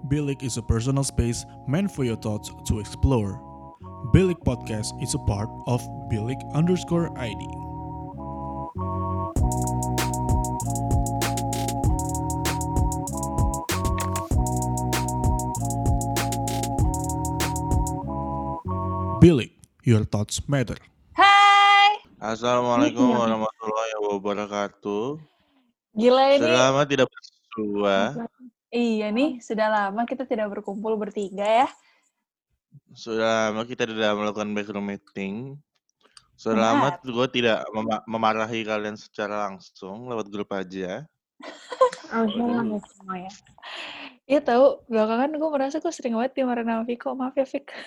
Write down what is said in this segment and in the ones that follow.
Bilik is a personal space meant for your thoughts to explore. Bilik Podcast is a part of Bilik_ID. Bilik, your thoughts matter. Hai, Assalamualaikum warahmatullahi wabarakatuh. gila ini. Sudah lama tidak bersua. Iya nih, sudah lama kita tidak berkumpul bertiga ya. Sudah lama kita tidak melakukan backroom meeting. Sudah Benar. lama gue tidak memarahi kalian secara langsung lewat grup aja. Alhamdulillah semuanya. Iya tahu, belakangan gue merasa gue sering banget dimarahin sama Viko. Maaf ya, Vik.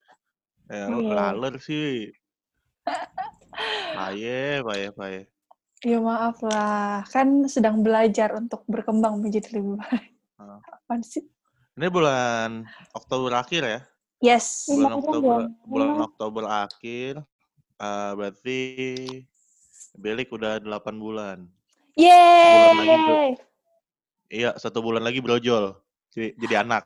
Laler sih. Paye. Ya maaf lah, kan sedang belajar untuk berkembang menjadi lebih baik. Apaan sih? Ini bulan Oktober akhir ya? Yes. Bulan Oktober akhir. Berarti Belik udah 8 bulan. Yeay! Iya, 1 bulan lagi brojol. Jadi anak.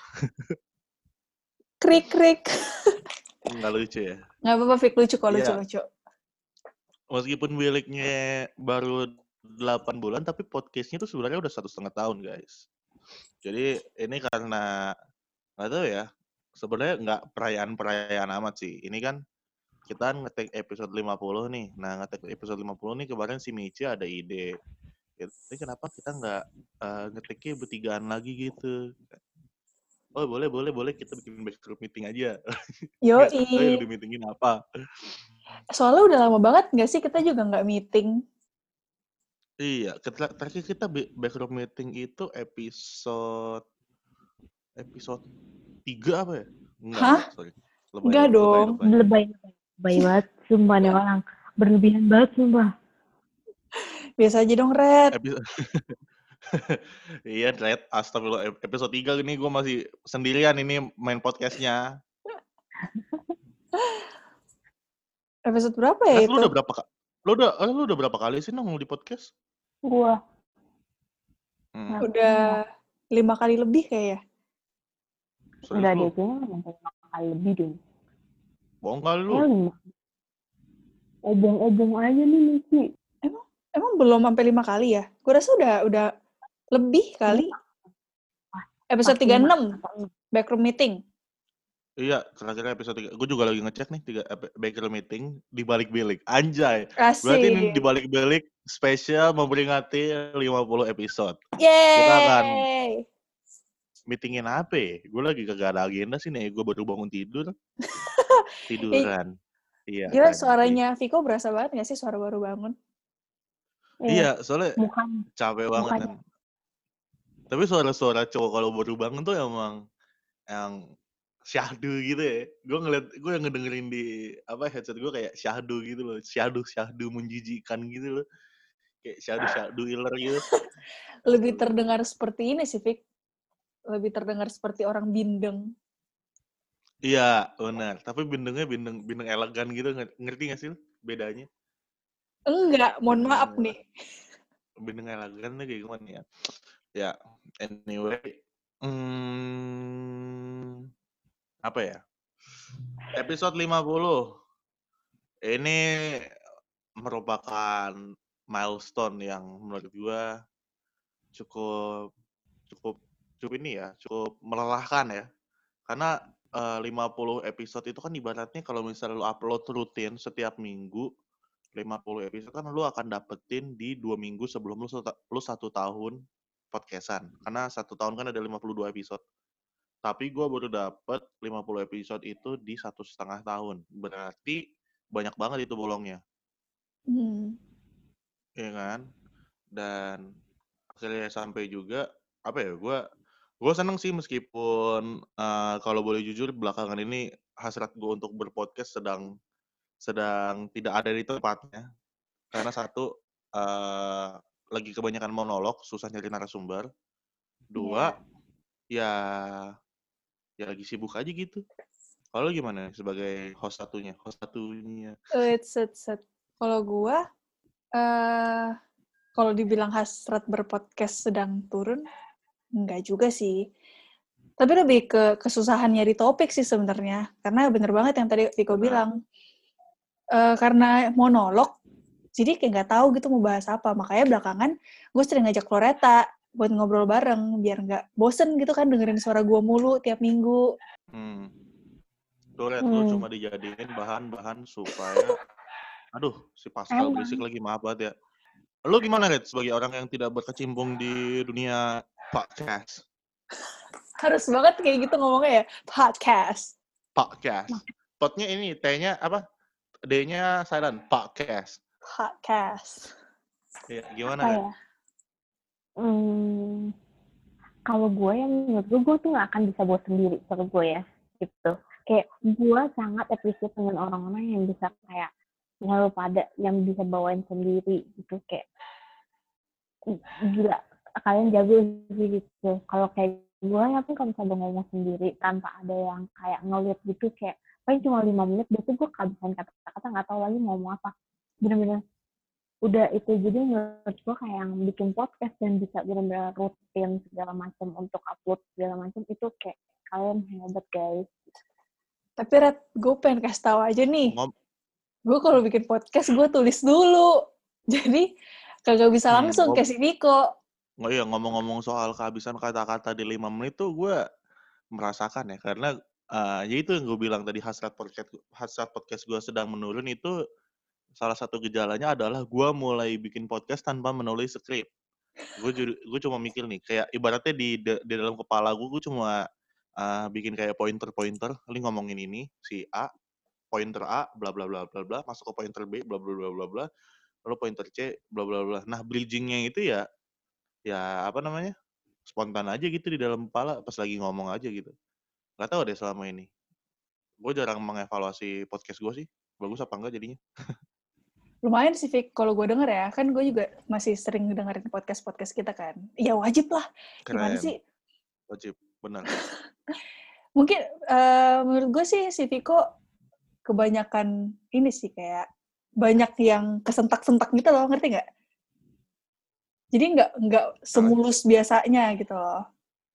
Krik. Nggak lucu ya? Nggak apa-apa, Vik. Lucu kok, Iya. lucu. Meskipun Biliknya baru 8 bulan, tapi podcastnya tuh sebenarnya udah 1,5 tahun, guys. Jadi ini karena nggak tahu ya, sebenarnya nggak perayaan amat sih. Ini kan kita ngetek episode 50 nih. Nah, ngetek episode 50 nih kemarin si Michi ada ide. Ini kenapa kita nggak ngeteknya bertigaan lagi gitu? Oh boleh kita bikin backgroup meeting aja. Nggak tahu yang Yoi. di meetingin apa. Soalnya udah lama banget nggak sih kita juga nggak meeting. Iya, terakhir kita backroom meeting itu episode 3 apa ya? Hah? Sorry. Enggak dong. Lebay banget, sumpah nih orang. Berlebihan banget, sumpah. Biasa aja dong, Red. Iya, Red. Astagfirullah. Episode 3 ini gue masih sendirian ini main podcastnya. Episode berapa ya Red, itu? lu udah berapa kali sih nongol di podcast? Gua. Udah 5 kali lebih kayaknya. Enggak deh, kayaknya 5 kali lebih deh. Bohong kali lu. Obong-obong aja nih, Miki. Emang belum sampai 5 kali ya? Gue rasa udah lebih kali. Episode 36, backroom meeting. Iya, terakhir episode 3. Gue juga lagi ngecek nih 3 backroom meeting di balik bilik. Anjay. Asik. Berarti ini di balik bilik spesial memperingati 50 episode. Yeay! Kita akan meetingin apa ya? Gue lagi kagak ada agenda sih nih. Gue baru bangun tiduran. Iya. Gila, suaranya Viko berasa banget gak sih suara baru bangun? Iya, soalnya Bukan. capek banget kan. Tapi suara-suara cowok kalau baru bangun tuh emang yang syahdu gitu ya. Gue yang ngedengerin di headset gue kayak syahdu gitu loh. Syahdu menjijikan gitu loh. Kayak syahdu iler gitu. Lebih terdengar seperti ini sih, Vik. Lebih terdengar seperti orang bindeng. Iya, benar. Tapi bindengnya bindeng elegan gitu. Ngerti gak sih bedanya? Enggak, mohon maaf nih. Bindeng elegan tuh kayak gimana ya? Ya, anyway. Apa ya? Episode 50. Ini merupakan milestone yang menurut gue cukup ini ya, cukup melelahkan ya. Karena 50 episode itu kan ibaratnya kalau misalnya lu upload rutin setiap minggu 50 episode kan lu akan dapetin di 2 minggu sebelum lu 1 tahun podcastan. Karena 1 tahun kan ada 52 episode. Tapi gue baru dapet 50 episode itu di 1,5 tahun. Berarti banyak banget itu bolongnya. Iya kan? Dan akhirnya sampai juga, gue seneng sih meskipun kalau boleh jujur belakangan ini hasrat gue untuk berpodcast sedang tidak ada di tempatnya. Karena satu, lagi kebanyakan monolog, susah nyari narasumber. 2, ya lagi sibuk aja gitu. Kalau gimana sebagai host satunya? Kalau gue, kalau dibilang hasrat berpodcast sedang turun, enggak juga sih. Tapi lebih ke kesusahan nyari topik sih sebenarnya. Karena bener banget yang tadi Viko bilang. Karena monolog, jadi kayak nggak tahu gitu mau bahas apa. Makanya belakangan gue sering ngajak Floreta buat ngobrol bareng, biar nggak bosen gitu kan dengerin suara gue mulu tiap minggu. Tuh, Red, lu cuma dijadiin bahan-bahan supaya... Aduh, si Pascal berisik lagi, maaf banget ya. Lu gimana, Red, sebagai orang yang tidak berkecimpung di dunia podcast? Harus banget kayak gitu ngomongnya ya, podcast. Podcast. Potnya ini, T-nya apa? D-nya silent, podcast. Podcast. Iya, gimana, Apa Red? ya? Kalau gue yang menurut gue tuh nggak akan bisa buat sendiri kalau gue ya gitu. Kayak gue sangat appreciate dengan orang-orang yang bisa kayak selalu pada yang bisa bawain sendiri gitu, kayak gila kalian jago sih gitu. Kalau kayak gue ya pun kalau misalnya ngomong sendiri tanpa ada yang kayak ngeliat gitu, kayak paling cuma 5 menit biasanya gue kehabisan kata-kata, nggak tahu lagi mau ngomong apa, bener-bener udah itu. Jadi menurut gue kayak yang bikin podcast dan bisa benar-benar rutin segala macam untuk upload segala macam, itu kayak kalian hebat guys. Tapi Red, gue pengen kasih tahu aja nih. Gue kalau bikin podcast gue tulis dulu. Jadi kagak bisa langsung kayak si Viko. Iya, ngomong-ngomong soal kehabisan kata-kata di 5 menit tuh gue merasakan ya. Karena ya itu yang gue bilang tadi, hasrat podcast gue sedang menurun. Itu salah satu gejalanya adalah gue mulai bikin podcast tanpa menulis skrip. Gue cuma mikir nih, kayak ibaratnya di dalam kepala gue cuma bikin kayak pointer, lu ngomongin ini si A, pointer A, bla bla bla bla bla, masuk ke pointer B, bla bla bla bla bla, lalu pointer C, bla bla bla. Nah, bridgingnya itu ya apa namanya, spontan aja gitu di dalam kepala pas lagi ngomong aja gitu. Gak tahu deh selama ini. Gue jarang mengevaluasi podcast gue sih, bagus apa enggak jadinya. Lumayan sih, Vic, kalau gue denger ya. Kan gue juga masih sering dengerin podcast-podcast kita kan. Ya wajib lah. Gimana Keren. sih? Wajib, benar. Mungkin menurut gue sih si Viko kebanyakan ini sih, kayak banyak yang kesentak-sentak gitu loh, ngerti nggak? Jadi nggak semulus biasanya gitu loh.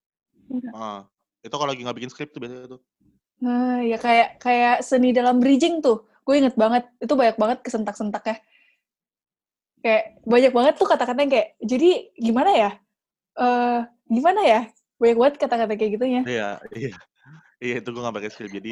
Itu kalau lagi nggak bikin skrip tuh biasanya tuh. Nah, ya kayak seni dalam bridging tuh. Gue inget banget, itu banyak banget kesentak-sentaknya. Kayak banyak banget tuh kata-kata yang kayak, jadi gimana ya? Gimana ya? Banyak banget kata-kata kayak gitunya. Iya, itu gue nggak pakai skrip, jadi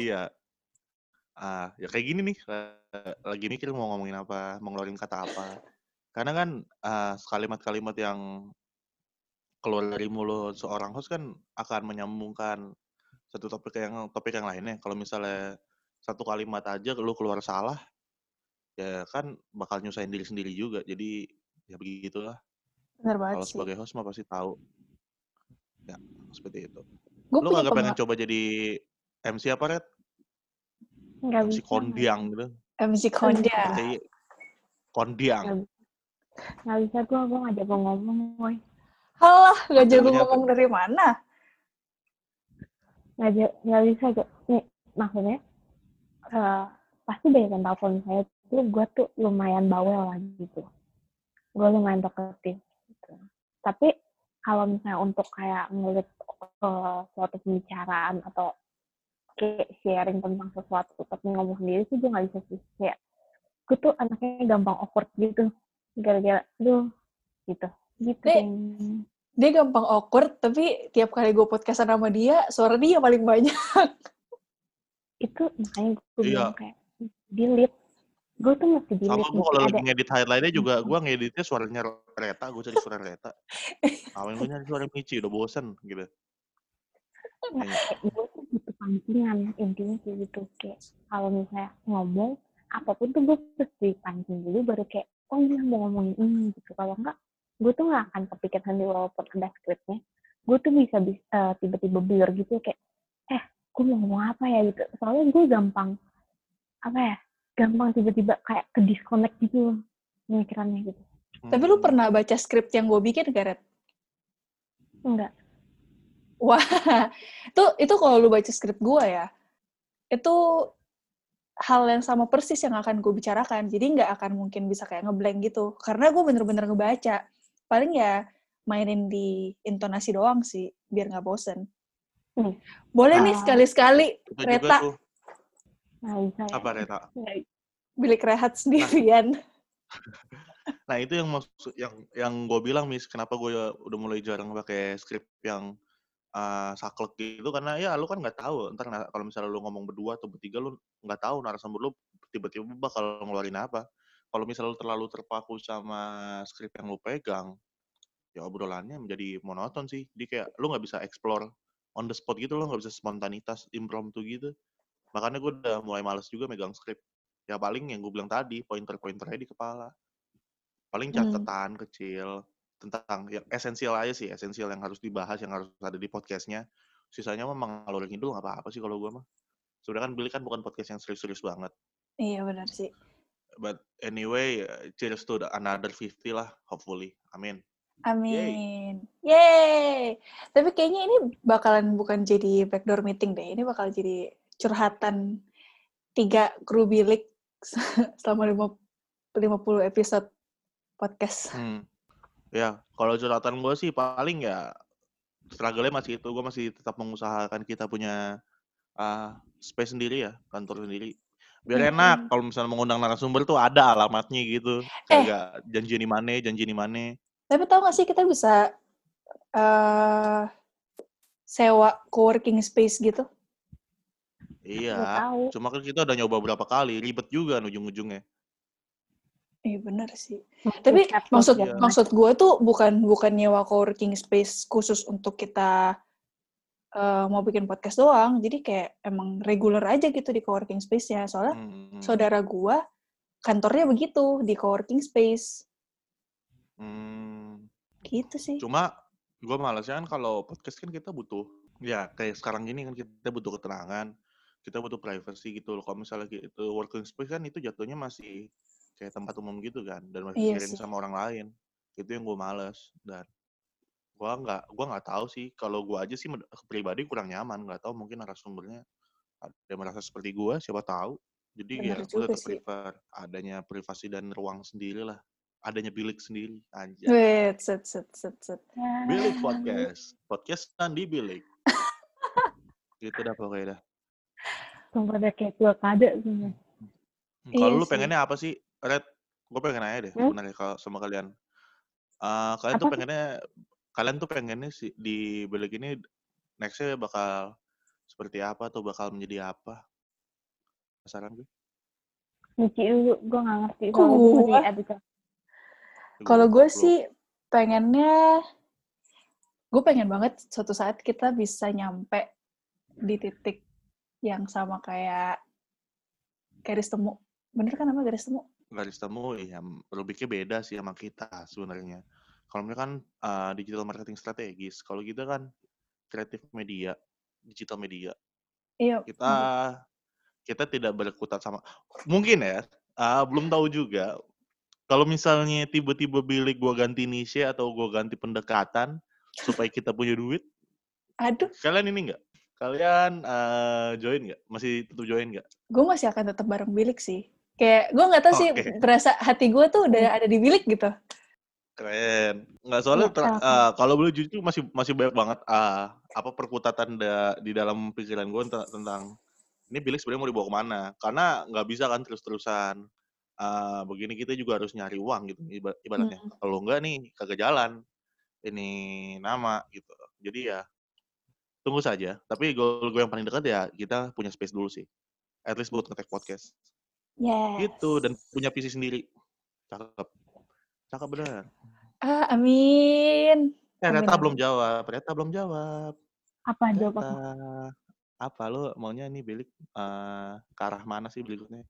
ya kayak gini nih, lagi mikir mau ngomongin apa, mau ngeluarin kata apa. Karena kan kalimat-kalimat yang keluar dari mulut seorang host kan akan menyambungkan satu topik yang lainnya. Kalau misalnya satu kalimat aja lu keluar salah, ya kan bakal nyusahin diri sendiri juga. Jadi ya begitulah. Bener banget Kalau sih. sebagai host mah pasti tahu. Ya, seperti itu. Gue Lu kagak pengen coba jadi MC apa, Red? Nggak MC bisa. kondiang gitu. MC kondiang. Kondiang. Nggak bisa, gue nggak jago ngomong, boy. Halah, nggak jago ngomong dari mana? Nggak bisa, nih, maksudnya, pasti banyak yang tahu kalau saya tuh, gue tuh lumayan bawel lah gitu. Gue lumayan talkative gitu. Tapi kalau misalnya untuk kayak ngeliat suatu pembicaraan atau kayak sharing tentang sesuatu tapi ngomong sendiri sih gue nggak bisa sih. Kayak gue tuh anaknya gampang awkward gitu, gara-gara gitu. Dia gampang awkward, tapi tiap kali gue podcastan sama dia, suara dia paling banyak. Itu makanya gue bilang kayak delete. Gue tuh mesti delete. Sama gue kalau lagi ngedit highlight-nya juga, gue ngeditnya suaranya Reta, gue cari suara Reta. Awen gue nyari suara Michi, udah bosen gitu. Gue tuh butuh pancingan, intinya kayak gitu. Kayak kalau misalnya ngomong, apapun tuh gue pasti pancing dulu, baru kayak, oh iya mau ngomongin ini gitu. Kalau enggak, gue tuh gak akan kepikiran sendiri walaupun ada skripnya. Gue tuh bisa tiba-tiba blur gitu, kayak, gue mau ngomong apa ya gitu. Soalnya gue gampang tiba-tiba kayak ke disconnect gitu pemikirannya gitu. Tapi lu pernah baca skrip yang gue bikin, Gareth? Enggak. Wah, itu kalau lu baca skrip gue ya, itu hal yang sama persis yang akan gue bicarakan. Jadi nggak akan mungkin bisa kayak ngeblank gitu. Karena gue bener-bener ngebaca. Paling ya mainin di intonasi doang sih, biar nggak bosen. Boleh nih Ah. sekali-sekali Itu juga Reta tuh. Nggak bisa ya. Apa Reta? Nggak- bilik rehat sendirian. Nah itu yang maksud yang gue bilang kenapa gue udah mulai jarang pakai skrip yang saklek gitu, karena ya lu kan nggak tahu ntar kalau misalnya lu ngomong berdua atau bertiga lu nggak tahu narasumber lu tiba-tiba bakal ngeluarin apa. Kalau misalnya lu terlalu terpaku sama skrip yang lu pegang, ya obrolannya menjadi monoton sih. Jadi kayak lu nggak bisa explore on the spot gitu, lu nggak bisa spontanitas impromptu gitu. Makanya gue udah mulai males juga megang skrip. Ya paling yang gue bilang tadi, pointer-pointernya di kepala. Paling catatan kecil tentang yang esensial aja sih, esensial yang harus dibahas, yang harus ada di podcastnya. Sisanya mah mengalur ngidul nggak apa-apa sih kalau gue mah. Sudah kan Billy kan bukan podcast yang serius-serius banget. Iya benar sih. But anyway, cheers to another 50 lah, hopefully. Amin. Amin. Yeay. Tapi kayaknya ini bakalan bukan jadi backdoor meeting deh. Ini bakal jadi curhatan 3 kru bilik selama 50 episode podcast. Ya, kalau curhatan gue sih paling ya struggle-nya masih itu. Gue masih tetap mengusahakan kita punya space sendiri ya, kantor sendiri. Biar enak kalau misalnya mengundang narasumber tuh ada alamatnya gitu. Kayak gak janji di mana. Tapi tau gak sih kita bisa sewa co-working space gitu? Iya, Nggak tahu. cuma kan kita udah nyoba berapa kali, ribet juga ujung-ujungnya. Iya benar sih. Tapi Iya. maksud gue tuh bukan nyewa co-working space khusus untuk kita mau bikin podcast doang. Jadi kayak emang regular aja gitu di co-working space-nya. Soalnya saudara gue kantornya begitu di co-working space. Gitu sih. Cuma gue malasnya kan kalau podcast kan kita butuh, ya kayak sekarang gini kan kita butuh keterangan, kita butuh privacy gitu loh. Kalau misalnya itu working space kan itu jatuhnya masih kayak tempat umum gitu kan, dan masih sharing sama orang lain. Itu yang gue males. Dan gue nggak tahu sih, kalau gue aja sih pribadi kurang nyaman, nggak tahu mungkin narasumbernya ada yang merasa seperti gue, siapa tahu. Jadi ya gue tetap prefer adanya privasi dan ruang sendiri lah, adanya bilik sendiri aja. Wait, set. Bilik podcastan di bilik. Gitu dah pokoknya dah. Sumpah udah kayak pilkada sebenarnya. Kalau lu pengennya apa sih, Red? Gue pengen nanya deh sebenarnya kalau sama kalian. Kalian tuh pengennya sih di bilik ini next-nya bakal seperti apa atau bakal menjadi apa? Penasaran gue. Nyuci dulu, gue nggak ngerti. Kalau gue sih pengennya, gue pengen banget suatu saat kita bisa nyampe di titik yang sama kayak garis temu. Bener kan nama garis temu? Garis temu, ya rubiknya beda sih sama kita sebenarnya. Kalau mereka kan digital marketing strategis, kalau kita kan kreatif media, digital media. Iya. Kita tidak berkutat sama, mungkin ya, belum tahu juga. Kalau misalnya tiba-tiba bilik gue ganti niche atau gue ganti pendekatan supaya kita punya duit, aduh. Kalian ini nggak? Kalian join nggak? Masih tetap join nggak? Gue masih akan tetap bareng bilik sih. Kayak gue nggak tahu sih, berasa hati gue tuh udah ada di bilik gitu. Keren. Nggak, soalnya kalau boleh jujur masih banyak banget apa perkutatan di dalam pikiran gue tentang ini bilik sebenarnya mau dibawa kemana? Karena nggak bisa kan terus-terusan begini, kita juga harus nyari uang gitu ibaratnya. Kalau nggak nih kagak jalan ini nama gitu. Jadi ya tunggu saja. Tapi goal gue yang paling dekat ya kita punya space dulu sih. At least buat nge-tag podcast. Yes. Gitu, dan punya visi sendiri. Cakep bener. Amin. Reta belum jawab. Apa jawab? Apa lo maunya nih bilik ke arah mana sih berikutnya?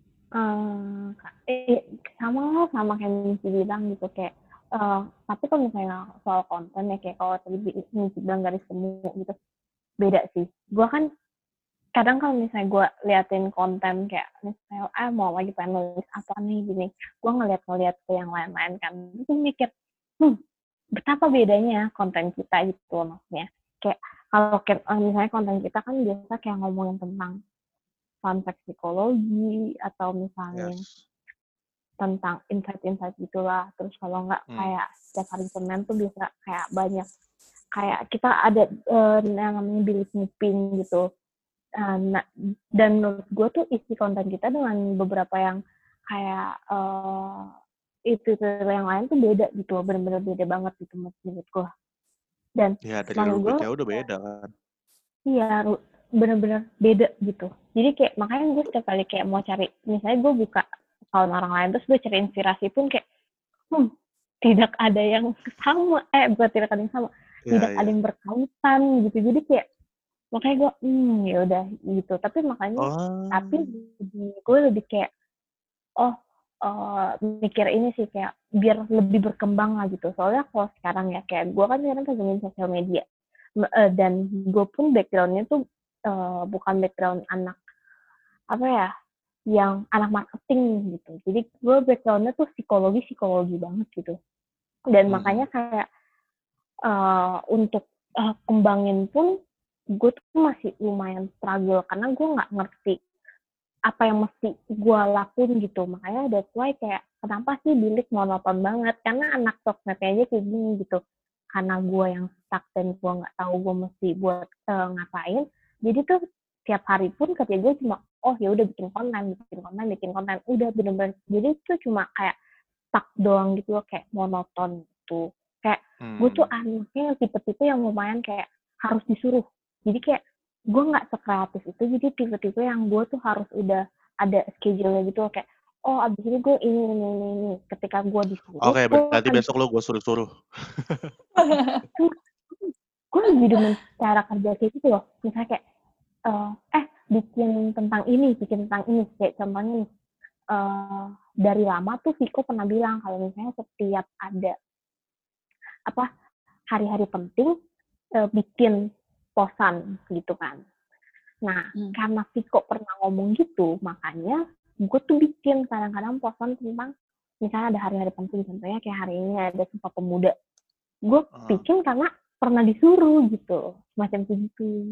Sama kayak Misi bilang gitu, kayak tapi kalau misalnya soal konten ya, kayak kalau tadi Misi bilang garis temu gitu, beda sih. Gue kan kadang kalau misalnya gue liatin konten kayak misalnya mau lagi pengen nulis apa nih gini, gue ngeliat ke yang lain-lain kan, gue mikir betapa bedanya konten kita gitu, maksudnya kayak kalau misalnya konten kita kan biasa kayak ngomongin tentang fun fact psikologi atau misalnya tentang insight gitulah. Terus kalau nggak kayak setiap hari Senin tuh bisa kayak banyak kayak kita ada yang namanya bilik nguping gitu. Nah, dan menurut gue tuh isi konten kita dengan beberapa yang kayak itu yang lain tuh beda gitu, benar-benar beda banget gitu menurut gue. Dan Ya dari menurut gue rubriknya udah beda kan. iya benar-benar beda gitu. Jadi kayak makanya gue setiap kali kayak mau cari, misalnya gue buka akun orang lain terus gue cari inspirasi pun kayak tidak ada yang sama, bukan tidak ada yang sama, tidak ada yang berkaitan gitu. Jadi kayak makanya gue ya udah gitu. Tapi makanya tapi gue lebih kayak mikir ini sih kayak biar lebih berkembang lah gitu. Soalnya kalau sekarang ya kayak gue kan sekarang pegangin sosial media dan gue pun backgroundnya tuh bukan background anak apa ya yang anak marketing gitu. Jadi gue backgroundnya tuh psikologi banget gitu. Dan makanya kayak untuk kembangin pun gue tuh masih lumayan struggle karena gue nggak ngerti apa yang mesti gue lakuin gitu. Makanya that's why kayak kenapa sih Bilik monoton banget, karena anak sosmednya aja kayak gini gitu. Karena gue yang stuck dan gue nggak tahu gue mesti buat ngapain, jadi tuh tiap hari pun ketika gue cuma ya udah bikin konten, udah bener-bener jadi tuh cuma kayak stuck doang gitu loh, kayak monoton gitu. Kayak gue tuh anaknya tipe-tipe yang lumayan kayak harus disuruh, jadi kayak gue nggak sekreatif itu, jadi tipe-tipe yang gue tuh harus udah ada schedule-nya gitu loh, kayak abis ini gue ini. Ketika gue disuruh, Oke, berarti besok lo gue suruh-suruh. Gue lebih demen cara kerja kayak gitu loh. Misalnya kayak bikin tentang ini. Kayak contohnya nih, dari lama tuh Viko pernah bilang kalau misalnya setiap ada hari-hari penting bikin posan gitu kan. Nah, karena Viko pernah ngomong gitu, makanya gue tuh bikin kadang-kadang posan tentang misalnya ada hari-hari penting, contohnya kayak hari ini ada Sumpah Pemuda. Gue bikin karena pernah disuruh gitu, macam gitu.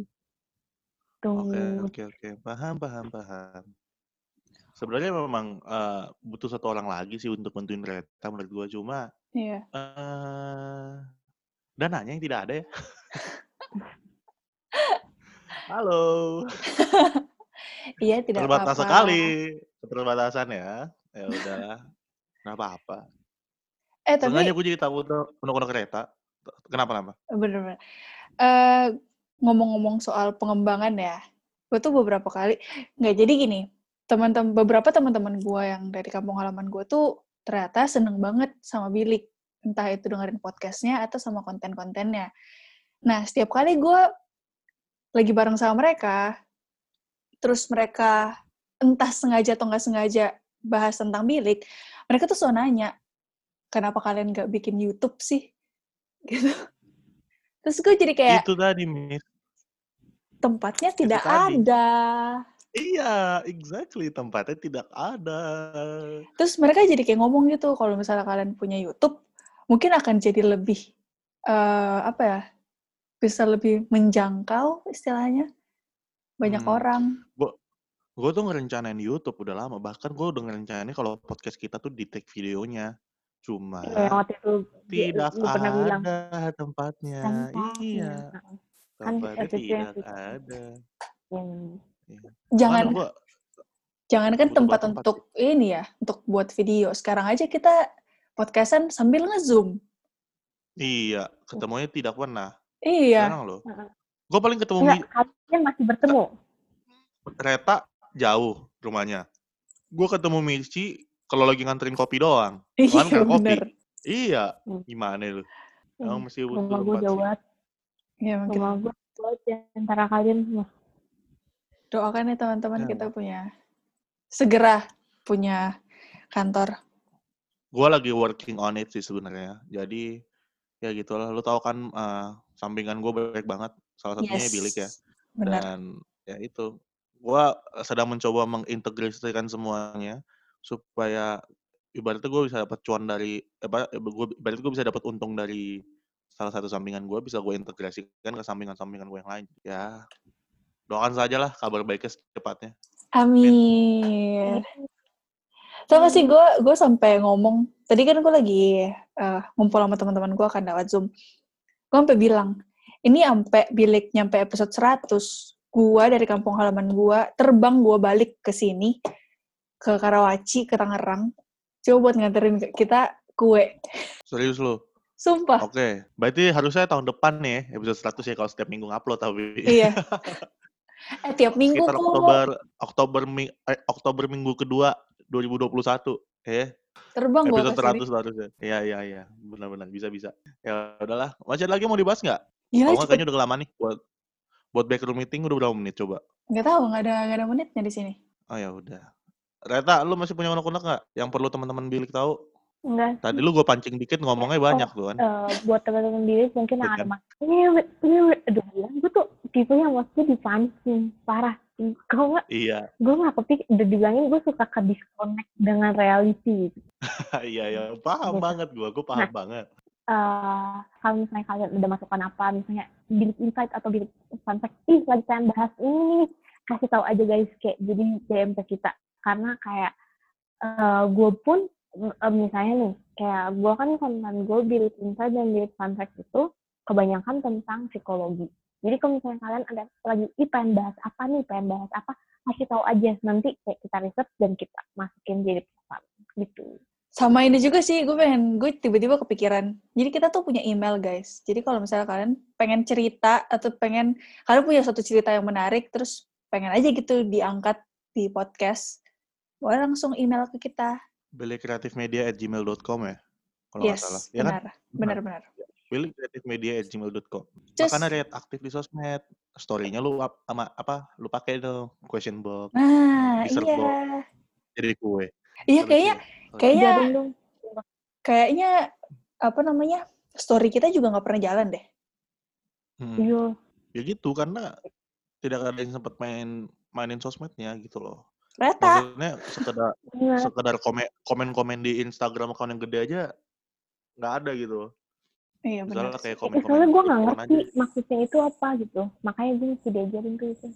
Oke. Paham. Sebenarnya memang butuh satu orang lagi sih untuk bantuin Reta menurut gue, cuma dananya yang tidak ada ya. Halo. Iya, tidak terbatas apa-apa. sekali keterbatasan ya. Ya udahlah, nggak apa-apa. Sengaja gue jadi takut penuh kereta. Kenapa? Bener-bener. Ngomong-ngomong soal pengembangan ya, gue tuh beberapa kali nggak, jadi gini, beberapa teman-teman gue yang dari kampung halaman gue tuh ternyata seneng banget sama Bilik, entah itu dengerin podcastnya atau sama konten-kontennya. Nah, setiap kali gue lagi bareng sama mereka, terus mereka entah sengaja atau nggak sengaja bahas tentang Bilik, mereka tuh selalu nanya, kenapa kalian nggak bikin YouTube sih? Gitu. Terus gue jadi kayak, itu tadi, Miss. Tempatnya tidak ada. Iya, exactly. Tempatnya tidak ada. Terus mereka jadi kayak ngomong gitu, kalau misalnya kalian punya YouTube, mungkin akan jadi lebih, bisa lebih menjangkau istilahnya, banyak orang. Gue tuh ngerencanain YouTube udah lama. Bahkan gue udah ngerencanain kalau podcast kita tuh di-tag videonya. Cuma tidak ada tempatnya. Iya. Tempatnya tidak ada. Jangankan tempat untuk ini ya, untuk buat video. Sekarang aja kita podcastan sambil nge-zoom. Iya, ketemunya tidak pernah. Iya. Jarang loh. Gue paling ketemu kalian masih bertemu. Reta jauh rumahnya. Gue ketemu Michi kalau lagi nganterin kopi doang. Iya, bener. Iya, gimana lu? Emang mesti butuh tempat gue jauh banget. Iya, mungkin. Rumah gue aja antara kalian semua. Doakan ya teman-teman kita segera punya kantor. Gue lagi working on it sih sebenarnya. Jadi ya gitulah. Lu tahu kan sampingan gue baik banget. Salah satunya Bilik ya. Benar. Dan ya itu. Gue sedang mencoba mengintegrasikan semuanya supaya ibaratnya gue bisa dapat cuan dari ibaratnya gue bisa dapat untung dari salah satu sampingan gue, bisa gue integrasikan ke sampingan-sampingan gue yang lain. Ya, doakan saja lah kabar baiknya secepatnya. Amin. Sama sih gue sampai ngomong, tadi kan gue lagi ngumpul sama teman-teman gue kan lewat Zoom. Gue sampai bilang, ini sampai Bilik nyampe episode 100. Gua dari kampung halaman gua terbang, gua balik ke sini ke Karawaci, ke Tangerang. Coba buat nganterin kita kue. Serius lu? Sumpah. Oke, berarti harusnya tahun depan nih episode 100 ya kalau setiap minggu ngupload tapi. Iya. Tiap minggu Sekitar kok. Oktober minggu kedua 2021 ya. Terbang gua Episode ke sini. 100 harusnya. Iya. Benar-benar bisa. Ya udahlah. Masih ada lagi mau dibahas nggak? Iya, Kalau nggak kayaknya udah lama nih buat backroom meeting udah berapa menit coba? Nggak tahu, nggak ada menitnya di sini. Oh ya udah. Reta, lu masih punya unek-unek nggak yang perlu teman-teman Bilik tahu? Enggak. Tadi lu gue pancing dikit ngomongnya banyak tuh kan. Buat teman-teman diri mungkin yang ada Kan? mas. Aduh, gue tuh tipenya maksudnya dipancing parah. Kalau Iya. gue nggak kepik, udah dibilangin gue suka ke disconnect dengan reality. Iya, paham Gitu. banget gue paham banget. Kalau misalnya kalian udah masukkan apa, misalnya Bilik Insight atau Bilik Fun Fact, lagi pengen bahas ini nih, kasih tahu aja guys, kayak jadi DM ke kita. Karena kayak gue pun misalnya nih, kayak gue kan konten gue Bilik Insight dan Bilik Fun Fact itu kebanyakan tentang psikologi. Jadi kalau misalnya kalian ada lagi pengen bahas apa, kasih tahu aja, nanti kayak kita riset dan kita masukin jadi pesan gitu. Sama ini juga sih, gue tiba-tiba kepikiran. Jadi kita tuh punya email, guys. Jadi kalau misalnya kalian pengen cerita atau kalian punya suatu cerita yang menarik, terus pengen aja gitu diangkat di podcast, boleh langsung email ke kita. bilikreatifmedia@gmail.com ya? Kalau nggak salah. Yes, benar. bilikreatifmedia@gmail.com. Just, Makanya lihat aktif di sosmed. Story-nya lu lu pakai tuh question box. nah, Di search box. iya. Jadi kue. Iya, Ajarin dong. kayaknya apa namanya, story kita juga nggak pernah jalan deh. Iya. Ya gitu, karena tidak ada yang sempat mainin sosmednya gitu loh. Reta. Maksudnya sekedar komen-komen di Instagram account yang gede aja nggak ada gitu. Iya, benar. Misalnya kayak komen-komen. Soalnya gue nggak ngerti maksudnya itu apa gitu. Makanya gue mesti diajarin tuh itu.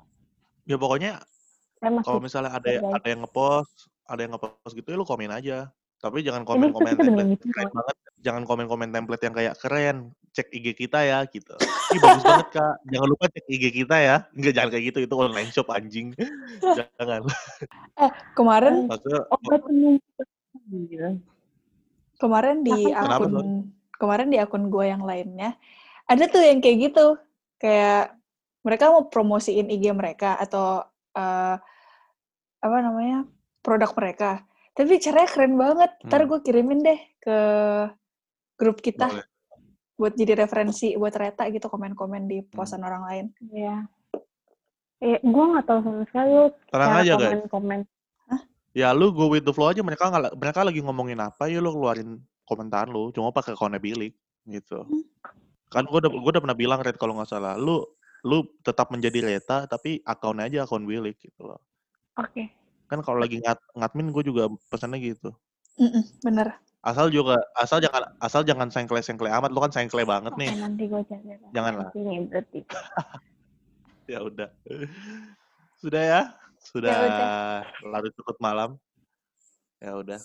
Ya pokoknya kalau misalnya ada yang ngepost gitu ya lu komen aja. Tapi jangan komen-komen template keren banget. Jangan komen-komen template yang kayak keren. Cek IG kita ya gitu. Ih bagus banget Kak. Jangan lupa cek IG kita ya. Enggak, jangan kayak gitu. Itu online shop anjing. Jangan. Kemarin kemarin di akun gue yang lainnya ada tuh yang kayak gitu. Kayak mereka mau promosiin IG mereka atau produk mereka. Tapi caranya keren banget. Ntar gue kirimin deh ke grup kita. Boleh. Buat jadi referensi buat Reta gitu, komen-komen di postan orang lain. Iya. Gue nggak tahu sama sekali lu cara komen. Hah? Ya lu go with the flow aja. Mereka lagi ngomongin apa ya lu keluarin komentar lu. Cuma pakai akunnya Bilik gitu. Kan gue udah pernah bilang Red kalau nggak salah. Lu tetap menjadi Reta tapi akunnya aja akun Bilik gitu loh. Oke. Kan kalau lagi ngadmin gue juga pesannya gitu. Bener. Asal jangan sengkle amat, lu kan sengkle banget nih. Nanti gue cari. Janganlah. Ini berarti. Ya udah. Sudah larut cukup malam. Ya udah.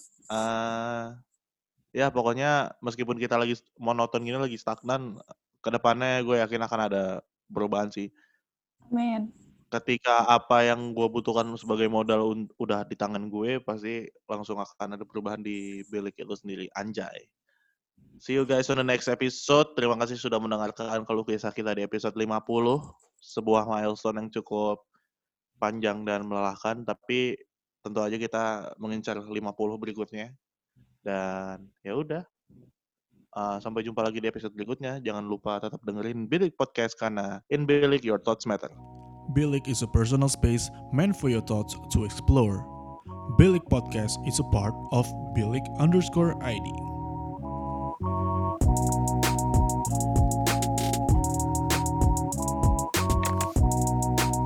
Ya pokoknya meskipun kita lagi monoton gini, lagi stagnan, kedepannya gue yakin akan ada perubahan sih. Amin. Ketika apa yang gue butuhkan sebagai modal udah di tangan gue, pasti langsung akan ada perubahan di Bilik itu sendiri. Anjay. See you guys on the next episode. Terima kasih sudah mendengarkan keluh kesah kita di episode 50. Sebuah milestone yang cukup panjang dan melelahkan, tapi tentu aja kita mengincar 50 berikutnya. Dan ya udah. Sampai jumpa lagi di episode berikutnya. Jangan lupa tetap dengerin Bilik Podcast karena in Bilik your thoughts matter. Bilik is a personal space meant for your thoughts to explore. Bilik Podcast is a part of Bilik_ID.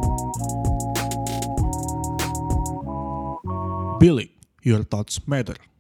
Bilik, your thoughts matter.